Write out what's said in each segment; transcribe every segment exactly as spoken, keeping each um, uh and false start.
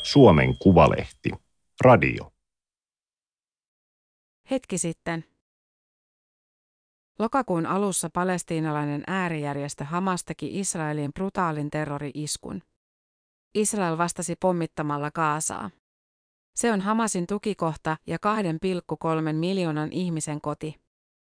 Suomen Kuvalehti. Radio. Hetki sitten. Lokakuun alussa palestiinalainen äärijärjestö Hamas teki Israelin brutaalin terrori-iskun. Israel vastasi pommittamalla Gazaa. Se on Hamasin tukikohta ja kahden pilkku kolmen miljoonan ihmisen koti.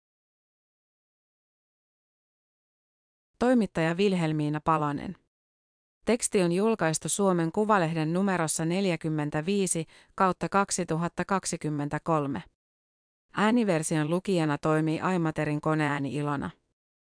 Toimittaja Vilhelmiina Palonen. Teksti on julkaistu Suomen Kuvalehden numerossa neljäkymmentäviisi kautta kaksituhattakaksikymmentäkolme. Ääniversion lukijana toimii Aimaterin koneääni Ilona.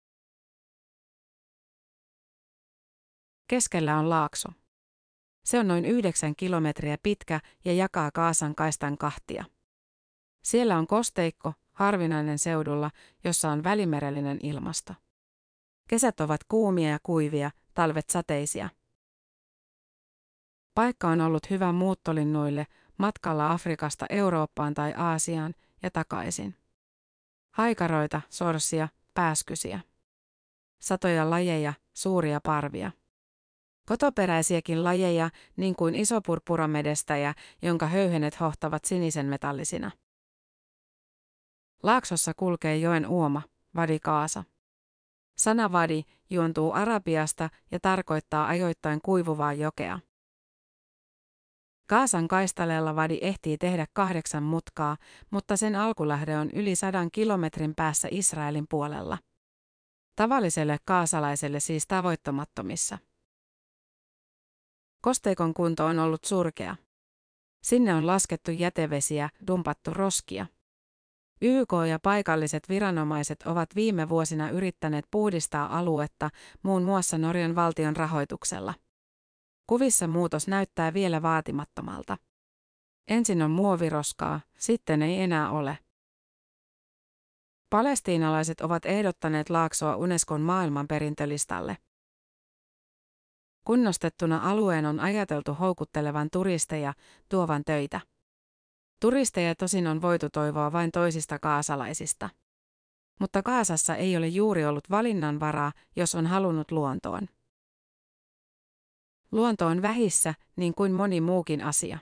Keskellä on laakso. Se on noin yhdeksän kilometriä pitkä ja jakaa Gazan kaistan kahtia. Siellä on kosteikko, harvinainen seudulla, jossa on välimerellinen ilmasto. Kesät ovat kuumia ja kuivia, talvet sateisia. Paikka on ollut hyvä muuttolinnuille matkalla Afrikasta Eurooppaan tai Aasiaan ja takaisin. Haikaroita, sorsia, pääskysiä. Satoja lajeja, suuria parvia. Kotoperäisiäkin lajeja, niin kuin isopurpuramedestäjä, jonka höyhenet hohtavat sinisen metallisina. Laaksossa kulkee joen uoma, Wadi Gaza. Sana Wadi juontuu arabiasta ja tarkoittaa ajoittain kuivuvaa jokea. Gazan kaistaleella Wadi ehtii tehdä kahdeksan mutkaa, mutta sen alkulähde on yli sadan kilometrin päässä Israelin puolella. Tavalliselle gazalaiselle siis tavoittamattomissa. Kosteikon kunto on ollut surkea. Sinne on laskettu jätevesiä, dumpattu roskia. Y K ja paikalliset viranomaiset ovat viime vuosina yrittäneet puhdistaa aluetta muun muassa Norjan valtion rahoituksella. Kuvissa muutos näyttää vielä vaatimattomalta. Ensin on muoviroskaa, sitten ei enää ole. Palestiinalaiset ovat ehdottaneet laaksoa Unescon maailmanperintölistalle. Kunnostettuna alueen on ajateltu houkuttelevan turisteja, tuovan töitä. Turisteja tosin on voitu toivoa vain toisista gazalaisista. Mutta Gazassa ei ole juuri ollut valinnanvaraa, jos on halunnut luontoon. Luonto on vähissä, niin kuin moni muukin asia.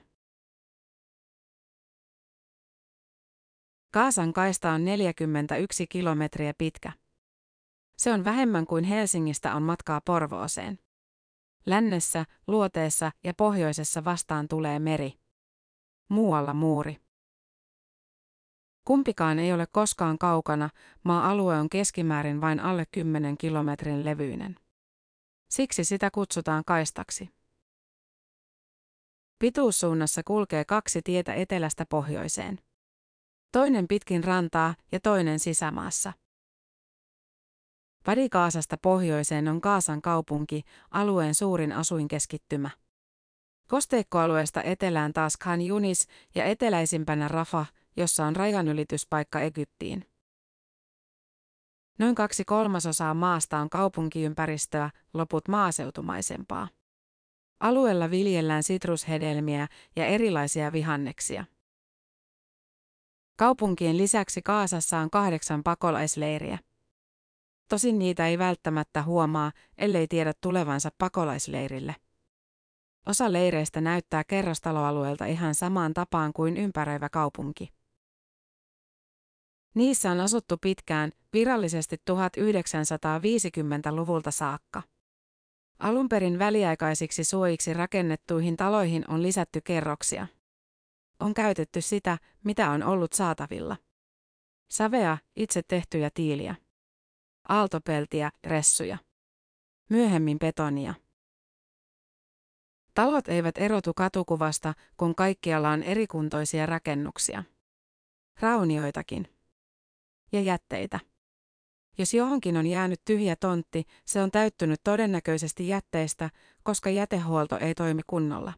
Gazan kaista on neljäkymmentäyksi kilometriä pitkä. Se on vähemmän kuin Helsingistä on matkaa Porvooseen. Lännessä, luoteessa ja pohjoisessa vastaan tulee meri. Muualla muuri. Kumpikaan ei ole koskaan kaukana, maa-alue on keskimäärin vain alle kymmenen kilometrin levyinen. Siksi sitä kutsutaan kaistaksi. Pituussuunnassa kulkee kaksi tietä etelästä pohjoiseen. Toinen pitkin rantaa ja toinen sisämaassa. Wadi Gazasta pohjoiseen on Gazan kaupunki, alueen suurin asuinkeskittymä. Kosteikkoalueesta etelään taas Khan Yunis ja eteläisimpänä Rafah, jossa on rajanylityspaikka Egyptiin. Noin kaksi kolmasosaa maasta on kaupunkiympäristöä, loput maaseutumaisempaa. Alueella viljellään sitrushedelmiä ja erilaisia vihanneksia. Kaupunkien lisäksi Gazassa on kahdeksan pakolaisleiriä. Tosin niitä ei välttämättä huomaa, ellei tiedä tulevansa pakolaisleirille. Osa leireistä näyttää kerrostaloalueelta ihan samaan tapaan kuin ympäröivä kaupunki. Niissä on asuttu pitkään, virallisesti tuhatyhdeksänsataaviisikymmentäluvulta saakka. Alun perin väliaikaisiksi suojiksi rakennettuihin taloihin on lisätty kerroksia. On käytetty sitä, mitä on ollut saatavilla. Savea, itse tehtyjä tiiliä. Aaltopeltiä, ressuja. Myöhemmin betonia. Talot eivät erotu katukuvasta, kun kaikkialla on erikuntoisia rakennuksia. Raunioitakin. Ja jätteitä. Jos johonkin on jäänyt tyhjä tontti, se on täyttynyt todennäköisesti jätteistä, koska jätehuolto ei toimi kunnolla.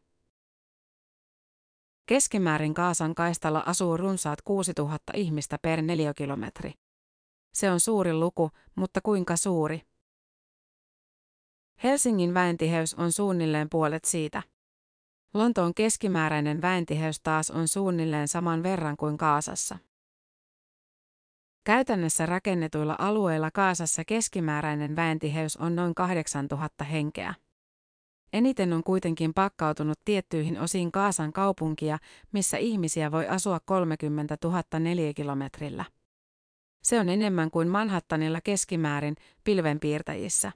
Keskimäärin Gazan kaistalla asuu runsaat kuusituhatta ihmistä per neliökilometri. Se on suuri luku, mutta kuinka suuri? Helsingin väentiheys on suunnilleen puolet siitä. Lontoon keskimääräinen väentiheys taas on suunnilleen saman verran kuin Gazassa. Käytännössä rakennetuilla alueilla Gazassa keskimääräinen väentiheys on noin kahdeksantuhatta henkeä. Eniten on kuitenkin pakkautunut tiettyihin osiin Gazan kaupunkia, missä ihmisiä voi asua kolmekymmentätuhatta neliökilometrillä. Se on enemmän kuin Manhattanilla keskimäärin pilvenpiirtäjissä.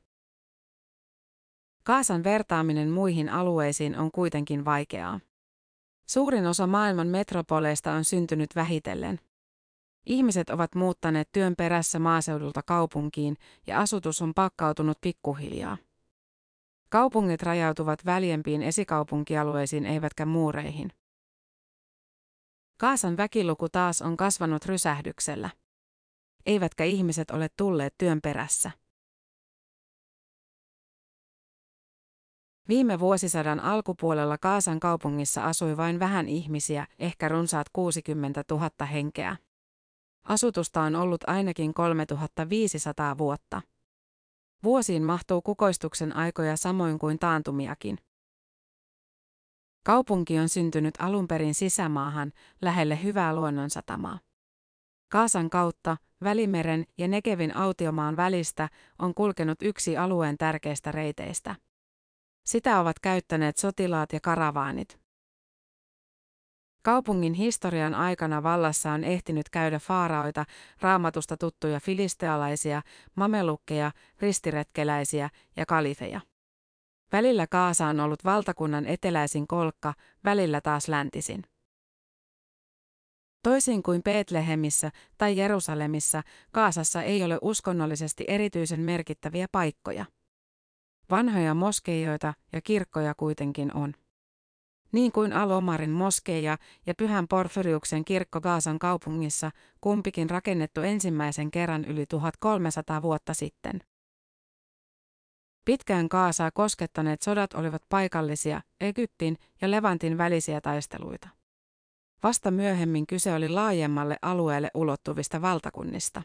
Gazan vertaaminen muihin alueisiin on kuitenkin vaikeaa. Suurin osa maailman metropoleista on syntynyt vähitellen. Ihmiset ovat muuttaneet työn perässä maaseudulta kaupunkiin ja asutus on pakkautunut pikkuhiljaa. Kaupungit rajautuvat väljempiin esikaupunkialueisiin eivätkä muureihin. Gazan väkiluku taas on kasvanut rysähdyksellä. Eivätkä ihmiset ole tulleet työn perässä. Viime vuosisadan alkupuolella Gazan kaupungissa asui vain vähän ihmisiä, ehkä runsaat kuusikymmentätuhatta henkeä. Asutusta on ollut ainakin kolmetuhattaviisisataa vuotta. Vuosiin mahtuu kukoistuksen aikoja samoin kuin taantumiakin. Kaupunki on syntynyt alun perin sisämaahan, lähelle hyvää luonnonsatamaa. Gazan kautta, Välimeren ja Negevin autiomaan välistä on kulkenut yksi alueen tärkeistä reiteistä. Sitä ovat käyttäneet sotilaat ja karavaanit. Kaupungin historian aikana vallassa on ehtinyt käydä faaraoita, Raamatusta tuttuja filistealaisia, mamelukkeja, ristiretkeläisiä ja kalifeja. Välillä Gaza on ollut valtakunnan eteläisin kolkka, välillä taas läntisin. Toisin kuin Betlehemissä tai Jerusalemissa, Gazassa ei ole uskonnollisesti erityisen merkittäviä paikkoja. Vanhoja moskeijoita ja kirkkoja kuitenkin on. Niin kuin Al-Omarin moskeija ja Pyhän Porfyriuksen kirkko Gazan kaupungissa, kumpikin rakennettu ensimmäisen kerran yli tuhatkolmesataa vuotta sitten. Pitkään Gazaa koskettaneet sodat olivat paikallisia, Egyptin ja Levantin välisiä taisteluita. Vasta myöhemmin kyse oli laajemmalle alueelle ulottuvista valtakunnista.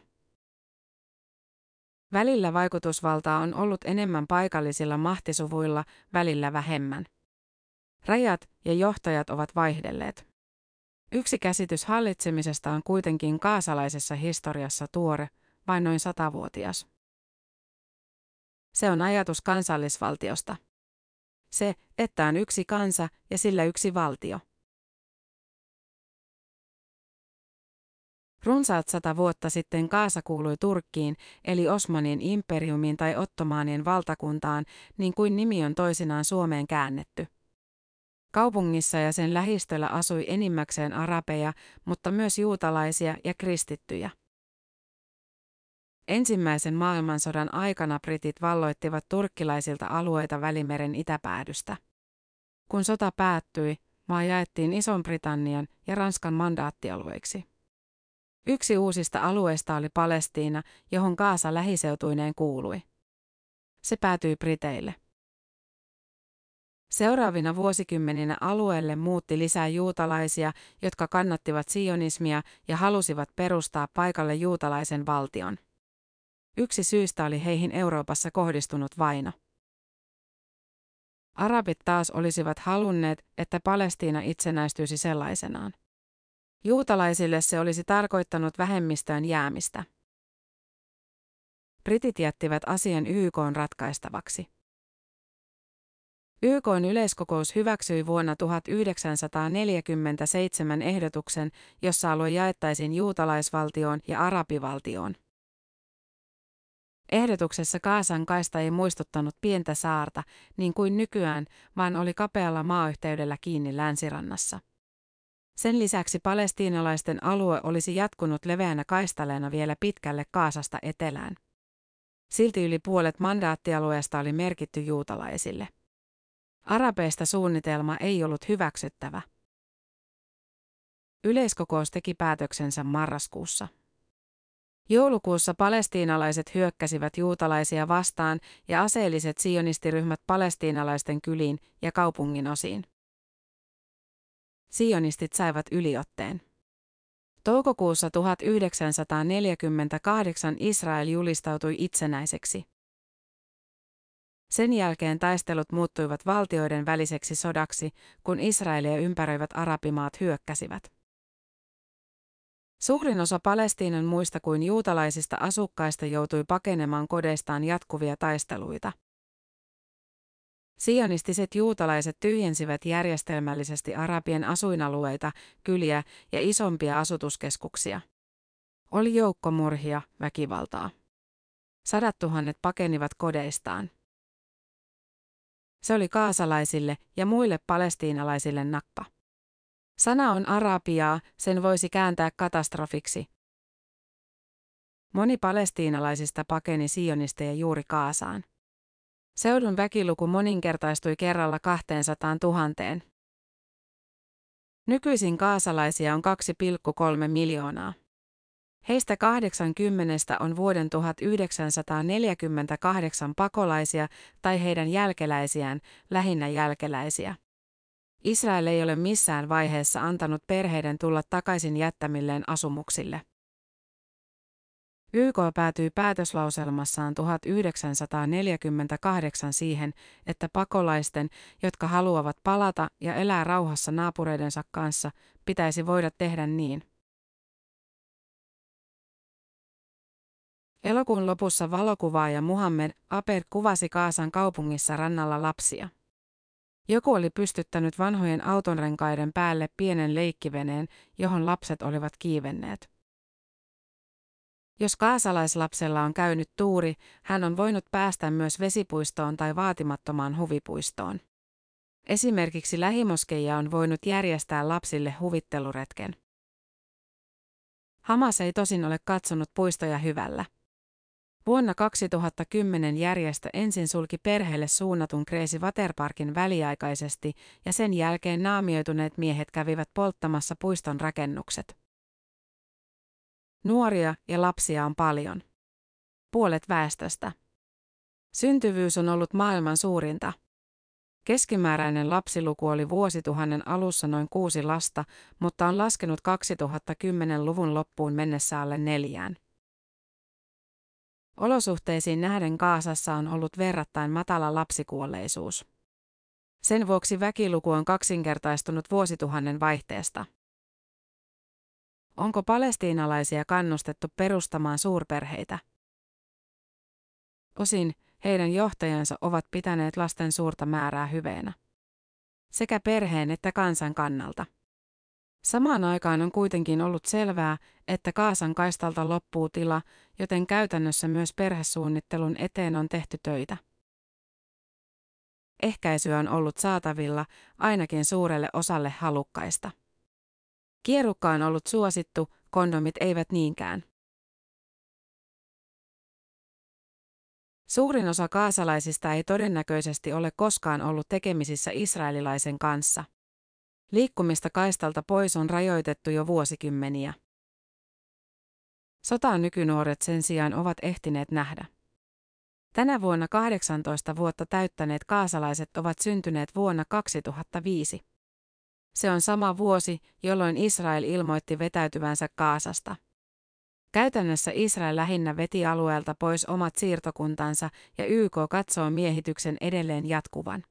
Välillä vaikutusvaltaa on ollut enemmän paikallisilla mahtisuvuilla, välillä vähemmän. Rajat ja johtajat ovat vaihdelleet. Yksi käsitys hallitsemisesta on kuitenkin gazalaisessa historiassa tuore, vain noin satavuotias. Se on ajatus kansallisvaltiosta. Se, että on yksi kansa ja sillä yksi valtio. Runsaat sata vuotta sitten Gaza kuului Turkkiin, eli Osmanien imperiumiin tai Ottomaanien valtakuntaan, niin kuin nimi on toisinaan Suomeen käännetty. Kaupungissa ja sen lähistöllä asui enimmäkseen arabeja, mutta myös juutalaisia ja kristittyjä. Ensimmäisen maailmansodan aikana britit valloittivat turkkilaisilta alueita Välimeren itäpäädystä. Kun sota päättyi, maa jaettiin Ison-Britannian ja Ranskan mandaattialueiksi. Yksi uusista alueista oli Palestiina, johon Gaza lähiseutuineen kuului. Se päätyi Briteille. Seuraavina vuosikymmeninä alueelle muutti lisää juutalaisia, jotka kannattivat sionismia ja halusivat perustaa paikalle juutalaisen valtion. Yksi syystä oli heihin Euroopassa kohdistunut vaino. Arabit taas olisivat halunneet, että Palestiina itsenäistyisi sellaisenaan. Juutalaisille se olisi tarkoittanut vähemmistöön jäämistä. Britit jättivät asian Y K:n ratkaistavaksi. Y K:n yleiskokous hyväksyi vuonna tuhatyhdeksänsataaneljäkymmentäseitsemän ehdotuksen, jossa alue jaettaisiin juutalaisvaltioon ja arabivaltioon. Ehdotuksessa Gazan kaista ei muistuttanut pientä saarta, niin kuin nykyään, vaan oli kapealla maayhteydellä kiinni länsirannassa. Sen lisäksi palestiinalaisten alue olisi jatkunut leveänä kaistaleena vielä pitkälle Gazasta etelään. Silti yli puolet mandaattialueesta oli merkitty juutalaisille. Arabeista suunnitelma ei ollut hyväksyttävä. Yleiskokous teki päätöksensä marraskuussa. Joulukuussa palestiinalaiset hyökkäsivät juutalaisia vastaan ja aseelliset sionistiryhmät palestiinalaisten kyliin ja kaupungin osiin. Sionistit saivat yliotteen. Toukokuussa tuhatyhdeksänsataaneljäkymmentäkahdeksan Israel julistautui itsenäiseksi. Sen jälkeen taistelut muuttuivat valtioiden väliseksi sodaksi, kun Israelia ympäröivät arabimaat hyökkäsivät. Suurin osa Palestiinan muista kuin juutalaisista asukkaista joutui pakenemaan kodeistaan jatkuvia taisteluita. Sionistiset juutalaiset tyhjensivät järjestelmällisesti arabien asuinalueita, kyliä ja isompia asutuskeskuksia. Oli joukkomurhia, väkivaltaa. Sadat tuhannet pakenivat kodeistaan. Se oli gazalaisille ja muille palestiinalaisille nakka. Sana on arabiaa, sen voisi kääntää katastrofiksi. Moni palestiinalaisista pakeni sionisteja juuri Gazaan. Seudun väkiluku moninkertaistui kerralla kaksisataatuhatta. Nykyisin gazalaisia on kaksi pilkku kolme miljoonaa. Heistä kahdeksankymmentä on vuoden tuhatyhdeksänsataaneljäkymmentäkahdeksan pakolaisia tai heidän jälkeläisiään, lähinnä jälkeläisiä. Israel ei ole missään vaiheessa antanut perheiden tulla takaisin jättämilleen asumuksille. Y K päätyi päätöslauselmassaan tuhatyhdeksänsataaneljäkymmentäkahdeksan siihen, että pakolaisten, jotka haluavat palata ja elää rauhassa naapureidensa kanssa, pitäisi voida tehdä niin. Elokuun lopussa valokuvaaja Muhammed Abed kuvasi Gazan kaupungissa rannalla lapsia. Joku oli pystyttänyt vanhojen autonrenkaiden päälle pienen leikkiveneen, johon lapset olivat kiivenneet. Jos gazalaislapsella on käynyt tuuri, hän on voinut päästä myös vesipuistoon tai vaatimattomaan huvipuistoon. Esimerkiksi lähimoskeija on voinut järjestää lapsille huvitteluretken. Hamas ei tosin ole katsonut puistoja hyvällä. Vuonna kaksituhattakymmenen järjestö ensin sulki perheelle suunnatun Crazy Waterparkin väliaikaisesti ja sen jälkeen naamioituneet miehet kävivät polttamassa puiston rakennukset. Nuoria ja lapsia on paljon. Puolet väestöstä. Syntyvyys on ollut maailman suurinta. Keskimääräinen lapsiluku oli vuosituhannen alussa noin kuusi lasta, mutta on laskenut kaksituhattakymmenluvun loppuun mennessä alle neljään. Olosuhteisiin nähden Gazassa on ollut verrattain matala lapsikuolleisuus. Sen vuoksi väkiluku on kaksinkertaistunut vuosituhannen vaihteesta. Onko palestiinalaisia kannustettu perustamaan suurperheitä? Osin heidän johtajansa ovat pitäneet lasten suurta määrää hyveenä. Sekä perheen että kansan kannalta. Samaan aikaan on kuitenkin ollut selvää, että Gazan kaistalta loppuu tila, joten käytännössä myös perhesuunnittelun eteen on tehty töitä. Ehkäisyä on ollut saatavilla ainakin suurelle osalle halukkaista. Kierukka on ollut suosittu, kondomit eivät niinkään. Suurin osa gazalaisista ei todennäköisesti ole koskaan ollut tekemisissä israelilaisen kanssa. Liikkumista kaistalta pois on rajoitettu jo vuosikymmeniä. Sotaa nykynuoret sen sijaan ovat ehtineet nähdä. Tänä vuonna kahdeksantoista vuotta täyttäneet gazalaiset ovat syntyneet vuonna kaksituhattaviisi. Se on sama vuosi, jolloin Israel ilmoitti vetäytyvänsä Gazasta. Käytännössä Israel lähinnä veti alueelta pois omat siirtokuntansa ja Y K katsoo miehityksen edelleen jatkuvan.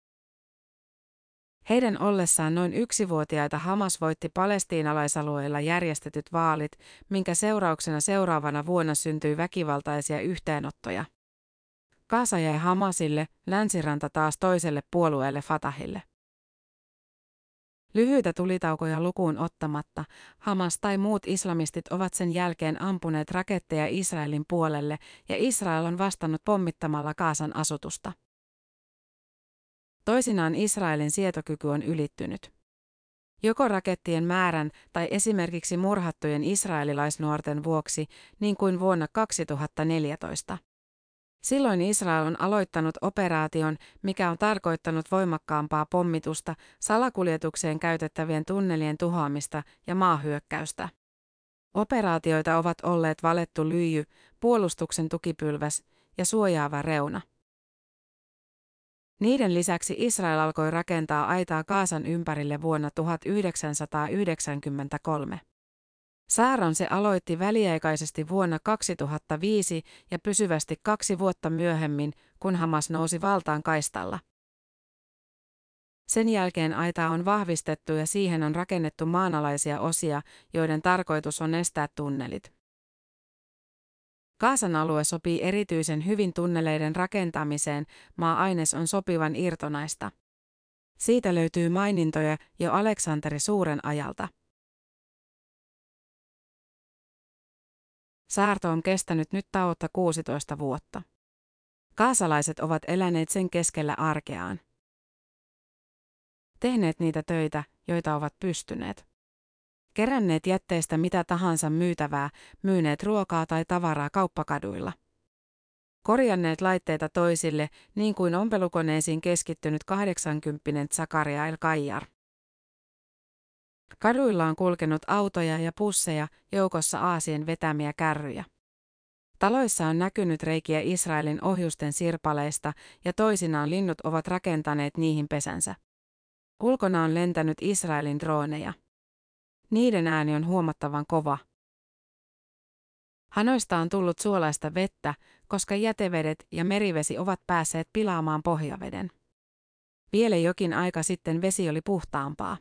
Heidän ollessaan noin yksivuotiaita Hamas voitti palestiinalaisalueilla järjestetyt vaalit, minkä seurauksena seuraavana vuonna syntyi väkivaltaisia yhteenottoja. Gaza jäi Hamasille, länsiranta taas toiselle puolueelle Fatahille. Lyhyitä tulitaukoja lukuun ottamatta, Hamas tai muut islamistit ovat sen jälkeen ampuneet raketteja Israelin puolelle ja Israel on vastannut pommittamalla Gazan asutusta. Toisinaan Israelin sietokyky on ylittynyt. Joko rakettien määrän tai esimerkiksi murhattujen israelilaisnuorten vuoksi, niin kuin vuonna kaksituhattaneljätoista. Silloin Israel on aloittanut operaation, mikä on tarkoittanut voimakkaampaa pommitusta, salakuljetukseen käytettävien tunnelien tuhoamista ja maahyökkäystä. Operaatioita ovat olleet valettu lyijy, puolustuksen tukipylväs ja suojaava reuna. Niiden lisäksi Israel alkoi rakentaa aitaa Gazan ympärille vuonna tuhatyhdeksänsataayhdeksänkymmentäkolme. Saaron se aloitti väliaikaisesti vuonna kaksituhattaviisi ja pysyvästi kaksi vuotta myöhemmin, kun Hamas nousi valtaan kaistalla. Sen jälkeen aitaa on vahvistettu ja siihen on rakennettu maanalaisia osia, joiden tarkoitus on estää tunnelit. Gazan alue sopii erityisen hyvin tunneleiden rakentamiseen, maa-aines on sopivan irtonaista. Siitä löytyy mainintoja jo Aleksanteri Suuren ajalta. Saarto on kestänyt nyt taotta kuusitoista vuotta. Gazalaiset ovat eläneet sen keskellä arkeaan. Tehneet niitä töitä, joita ovat pystyneet. Keränneet jätteistä mitä tahansa myytävää, myyneet ruokaa tai tavaraa kauppakaduilla. Korjanneet laitteita toisille, niin kuin ompelukoneisiin keskittynyt kahdeksankymppinen Zakaria El-Kayyar. Kaduilla on kulkenut autoja ja busseja, joukossa aasien vetämiä kärryjä. Taloissa on näkynyt reikiä Israelin ohjusten sirpaleista ja toisinaan linnut ovat rakentaneet niihin pesänsä. Ulkona on lentänyt Israelin drooneja. Niiden ääni on huomattavan kova. Hanoista on tullut suolaista vettä, koska jätevedet ja merivesi ovat päässeet pilaamaan pohjaveden. Vielä jokin aika sitten vesi oli puhtaampaa.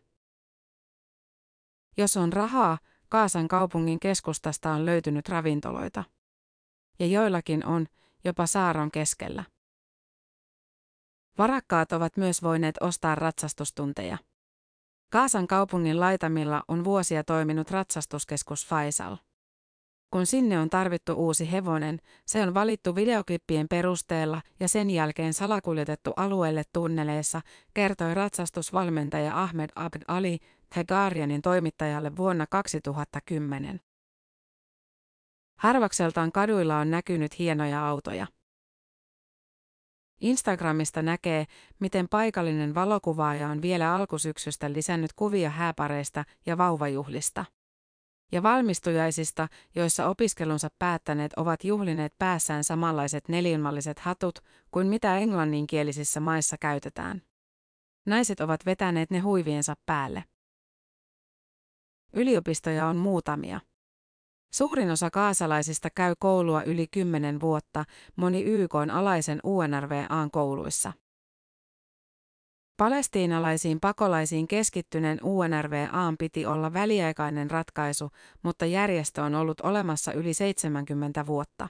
Jos on rahaa, Gazan kaupungin keskustasta on löytynyt ravintoloita. Ja joillakin on, jopa saaron keskellä. Varakkaat ovat myös voineet ostaa ratsastustunteja. Gazan kaupungin laitamilla on vuosia toiminut ratsastuskeskus Faisal. Kun sinne on tarvittu uusi hevonen, se on valittu videoklippien perusteella ja sen jälkeen salakuljetettu alueelle tunneleissa, kertoi ratsastusvalmentaja Ahmed Abd Ali The Guardianin toimittajalle vuonna kaksituhattakymmenen. Harvakseltaan kaduilla on näkynyt hienoja autoja. Instagramista näkee, miten paikallinen valokuvaaja on vielä alkusyksystä lisännyt kuvia hääpareista ja vauvajuhlista. Ja valmistujaisista, joissa opiskelunsa päättäneet ovat juhlineet päässään samanlaiset neliönmalliset hatut kuin mitä englanninkielisissä maissa käytetään. Naiset ovat vetäneet ne huiviensa päälle. Yliopistoja on muutamia. Suurin osa gazalaisista käy koulua yli kymmenen vuotta, moni Y K:n alaisen U N R W A:n kouluissa. Palestiinalaisiin pakolaisiin keskittyneen U N R W A:n piti olla väliaikainen ratkaisu, mutta järjestö on ollut olemassa yli seitsemänkymmentä vuotta.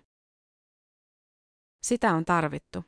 Sitä on tarvittu.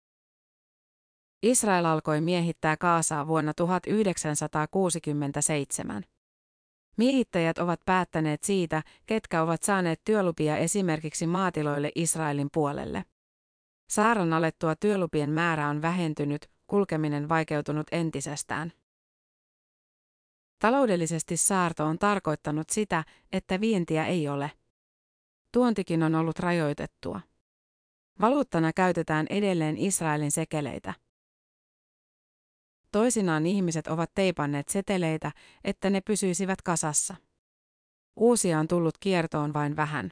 Israel alkoi miehittää Gazaa vuonna tuhatyhdeksänsataakuusikymmentäseitsemän. Miehittäjät ovat päättäneet siitä, ketkä ovat saaneet työlupia esimerkiksi maatiloille Israelin puolelle. Saaron alettua työlupien määrä on vähentynyt, kulkeminen vaikeutunut entisestään. Taloudellisesti saarto on tarkoittanut sitä, että vientiä ei ole. Tuontikin on ollut rajoitettua. Valuuttana käytetään edelleen Israelin sekeleitä. Toisinaan ihmiset ovat teipanneet seteleitä, että ne pysyisivät kasassa. Uusia on tullut kiertoon vain vähän.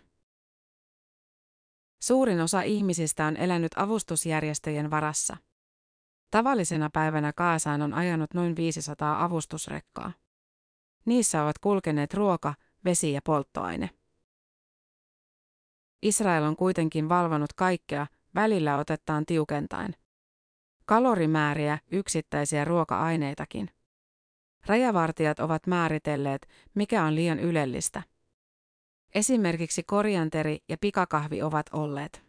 Suurin osa ihmisistä on elänyt avustusjärjestöjen varassa. Tavallisena päivänä Gazaan on ajanut noin viisisataa avustusrekkaa. Niissä ovat kulkeneet ruoka, vesi ja polttoaine. Israel on kuitenkin valvonut kaikkea, välillä otetaan tiukentaen. Kalorimääriä, yksittäisiä ruoka-aineitakin. Rajavartijat ovat määritelleet, mikä on liian ylellistä. Esimerkiksi korianteri ja pikakahvi ovat olleet.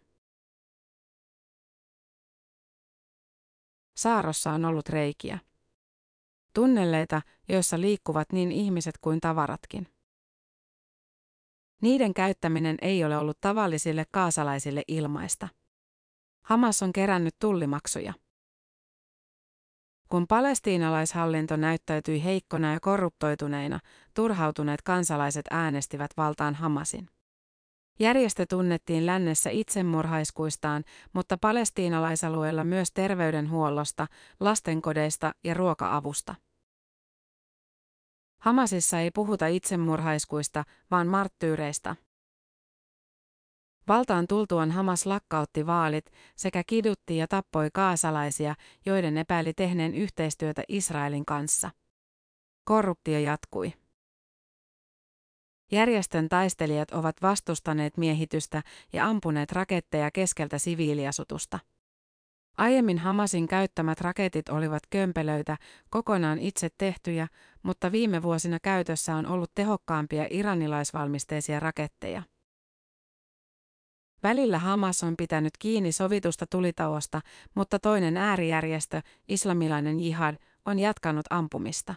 Saarossa on ollut reikiä. Tunneleita, joissa liikkuvat niin ihmiset kuin tavaratkin. Niiden käyttäminen ei ole ollut tavallisille gazalaisille ilmaista. Hamas on kerännyt tullimaksuja. Kun palestiinalaishallinto näyttäytyi heikkona ja korruptoituneina, turhautuneet kansalaiset äänestivät valtaan Hamasin. Järjestö tunnettiin lännessä itsemurhaiskuistaan, mutta palestiinalaisalueella myös terveydenhuollosta, lastenkodeista ja ruoka-avusta. Hamasissa ei puhuta itsemurhaiskuista, vaan marttyyreistä. Valtaan tultuaan Hamas lakkautti vaalit sekä kidutti ja tappoi gazalaisia, joiden epäili tehneen yhteistyötä Israelin kanssa. Korruptio jatkui. Järjestön taistelijat ovat vastustaneet miehitystä ja ampuneet raketteja keskeltä siviiliasutusta. Aiemmin Hamasin käyttämät raketit olivat kömpelöitä, kokonaan itse tehtyjä, mutta viime vuosina käytössä on ollut tehokkaampia iranilaisvalmisteisia raketteja. Välillä Hamas on pitänyt kiinni sovitusta tulitauosta, mutta toinen äärijärjestö, islamilainen jihad, on jatkanut ampumista.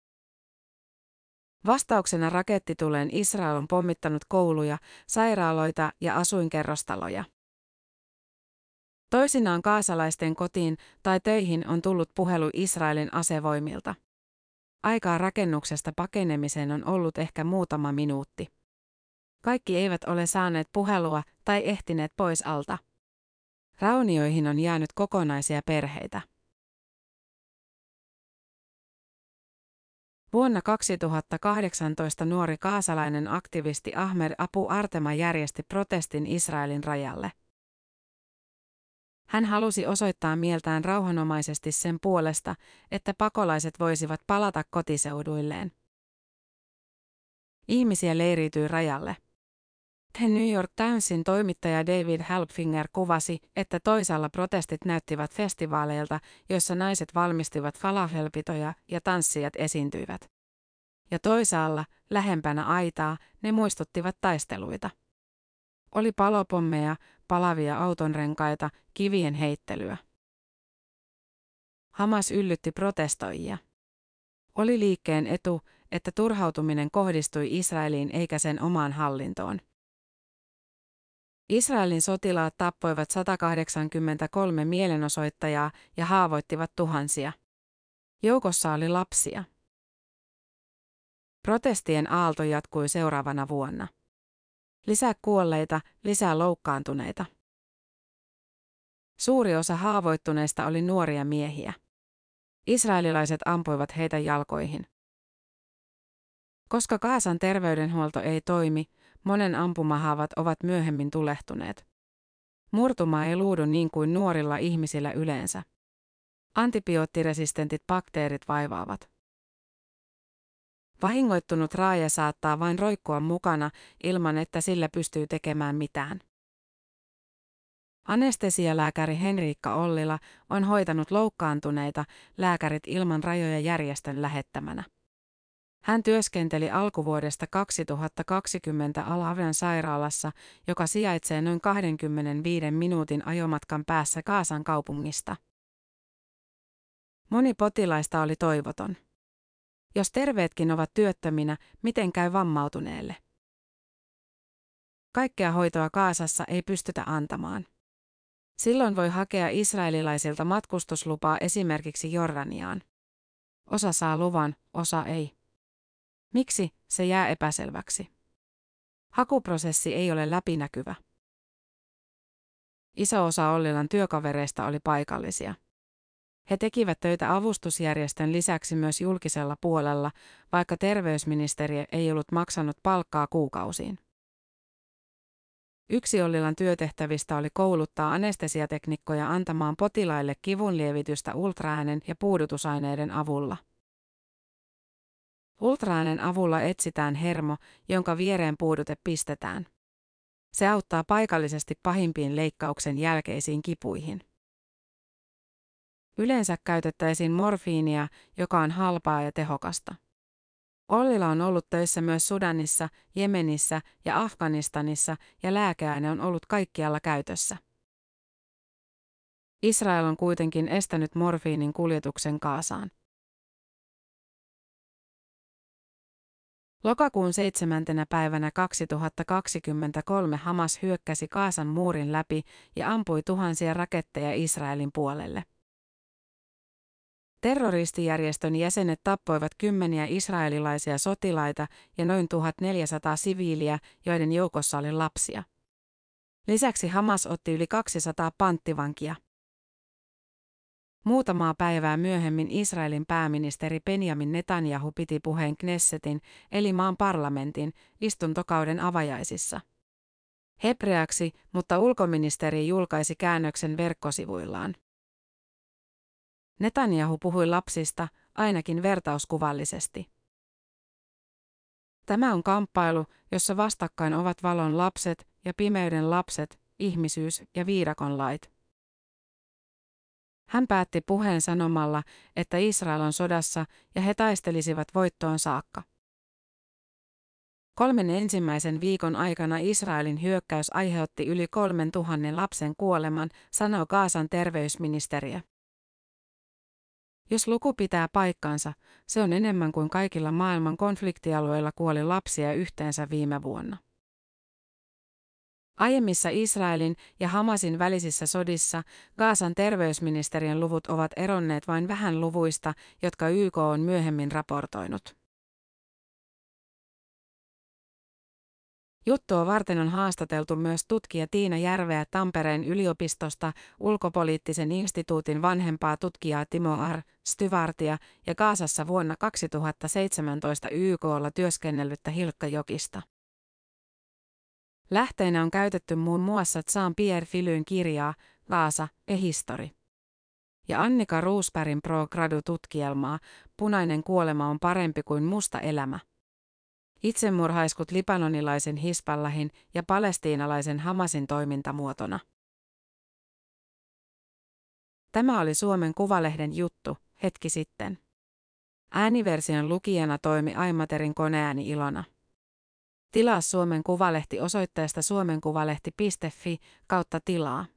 Vastauksena rakettituleen Israel on pommittanut kouluja, sairaaloita ja asuinkerrostaloja. Toisinaan gazalaisten kotiin tai töihin on tullut puhelu Israelin asevoimilta. Aikaa rakennuksesta pakenemiseen on ollut ehkä muutama minuutti. Kaikki eivät ole saaneet puhelua tai ehtineet pois alta. Raunioihin on jäänyt kokonaisia perheitä. Vuonna kaksituhattakahdeksantoista nuori gazalainen aktivisti Ahmed Abu Artema järjesti protestin Israelin rajalle. Hän halusi osoittaa mieltään rauhanomaisesti sen puolesta, että pakolaiset voisivat palata kotiseuduilleen. Ihmisiä leiriytyi rajalle. The New York Timesin toimittaja David Halbfinger kuvasi, että toisaalla protestit näyttivät festivaaleilta, joissa naiset valmistivat falafelpitoja ja tanssijat esiintyivät. Ja toisaalla, lähempänä aitaa, ne muistuttivat taisteluita. Oli palopommeja, palavia autonrenkaita, kivien heittelyä. Hamas yllytti protestoijia. Oli liikkeen etu, että turhautuminen kohdistui Israeliin eikä sen omaan hallintoon. Israelin sotilaat tappoivat sata kahdeksankymmentäkolme mielenosoittajaa ja haavoittivat tuhansia. Joukossa oli lapsia. Protestien aalto jatkui seuraavana vuonna. Lisää kuolleita, lisää loukkaantuneita. Suuri osa haavoittuneista oli nuoria miehiä. Israelilaiset ampuivat heitä jalkoihin. Koska Gazan terveydenhuolto ei toimi, monen ampumahaavat ovat myöhemmin tulehtuneet. Murtuma ei luudu niin kuin nuorilla ihmisillä yleensä. Antibioottiresistentit bakteerit vaivaavat. Vahingoittunut raaja saattaa vain roikkua mukana ilman, että sillä pystyy tekemään mitään. Anestesialääkäri Henriikka Ollila on hoitanut loukkaantuneita Lääkärit ilman rajoja järjestön lähettämänä. Hän työskenteli alkuvuodesta kaksituhattakaksikymmentä Al-Havran sairaalassa, joka sijaitsee noin kaksikymmentäviisi minuutin ajomatkan päässä Gazan kaupungista. Moni potilaista oli toivoton. Jos terveetkin ovat työttöminä, miten käy vammautuneelle? Kaikkea hoitoa Gazassa ei pystytä antamaan. Silloin voi hakea israelilaisilta matkustuslupaa esimerkiksi Jordaniaan. Osa saa luvan, osa ei. Miksi, se jää epäselväksi. Hakuprosessi ei ole läpinäkyvä. Iso osa Ollilan työkavereista oli paikallisia. He tekivät töitä avustusjärjestön lisäksi myös julkisella puolella, vaikka terveysministeriö ei ollut maksanut palkkaa kuukausiin. Yksi Ollilan työtehtävistä oli kouluttaa anestesiateknikkoja antamaan potilaille kivunlievitystä ultraäänen ja puudutusaineiden avulla. Ultraäänen avulla etsitään hermo, jonka viereen puudute pistetään. Se auttaa paikallisesti pahimpiin leikkauksen jälkeisiin kipuihin. Yleensä käytettäisiin morfiinia, joka on halpaa ja tehokasta. Ollila on ollut töissä myös Sudanissa, Jemenissä ja Afganistanissa ja lääkeaine on ollut kaikkialla käytössä. Israel on kuitenkin estänyt morfiinin kuljetuksen Gazaan. Lokakuun seitsemäntenä päivänä kaksituhattakaksikymmentäkolme Hamas hyökkäsi Gazan muurin läpi ja ampui tuhansia raketteja Israelin puolelle. Terroristijärjestön jäsenet tappoivat kymmeniä israelilaisia sotilaita ja noin tuhatneljäsataa siviiliä, joiden joukossa oli lapsia. Lisäksi Hamas otti yli kaksisataa panttivankia. Muutamaa päivää myöhemmin Israelin pääministeri Benjamin Netanyahu piti puheen Knessetin, eli maan parlamentin, istuntokauden avajaisissa. Hebreaksi, mutta ulkoministeri julkaisi käännöksen verkkosivuillaan. Netanyahu puhui lapsista, ainakin vertauskuvallisesti. Tämä on kamppailu, jossa vastakkain ovat valon lapset ja pimeyden lapset, ihmisyys ja viidakon lait. Hän päätti puheen sanomalla, että Israel on sodassa ja he taistelisivat voittoon saakka. Kolmen ensimmäisen viikon aikana Israelin hyökkäys aiheutti yli kolmen tuhannen lapsen kuoleman, sanoo Gazan terveysministeriö. Jos luku pitää paikkansa, se on enemmän kuin kaikilla maailman konfliktialueilla kuoli lapsia yhteensä viime vuonna. Aiemmissa Israelin ja Hamasin välisissä sodissa Gazan terveysministeriön luvut ovat eronneet vain vähän luvuista, jotka Y K on myöhemmin raportoinut. Juttua varten on haastateltu myös tutkija Tiina Järveä Tampereen yliopistosta, ulkopoliittisen instituutin vanhempaa tutkijaa Timo R. Styvartia ja Gazassa vuonna kaksituhattaseitsemäntoista Y K:lla työskennellyttä Hilkka Jokista. Lähteenä on käytetty muun muassa Jean-Pierre Filyn kirjaa Gaza, a history. Ja Annika Roosbergin pro gradu-tutkielmaa Punainen kuolema on parempi kuin musta elämä. Itsemurhaiskut libanonilaisen Hisballahin ja palestiinalaisen Hamasin toimintamuotona. Tämä oli Suomen Kuvalehden juttu, hetki sitten. Ääniversion lukijana toimi Aimaterin koneääni Ilona. Tilaa Suomen Kuvalehti osoitteesta suomenkuvalehti piste fi kautta tilaa.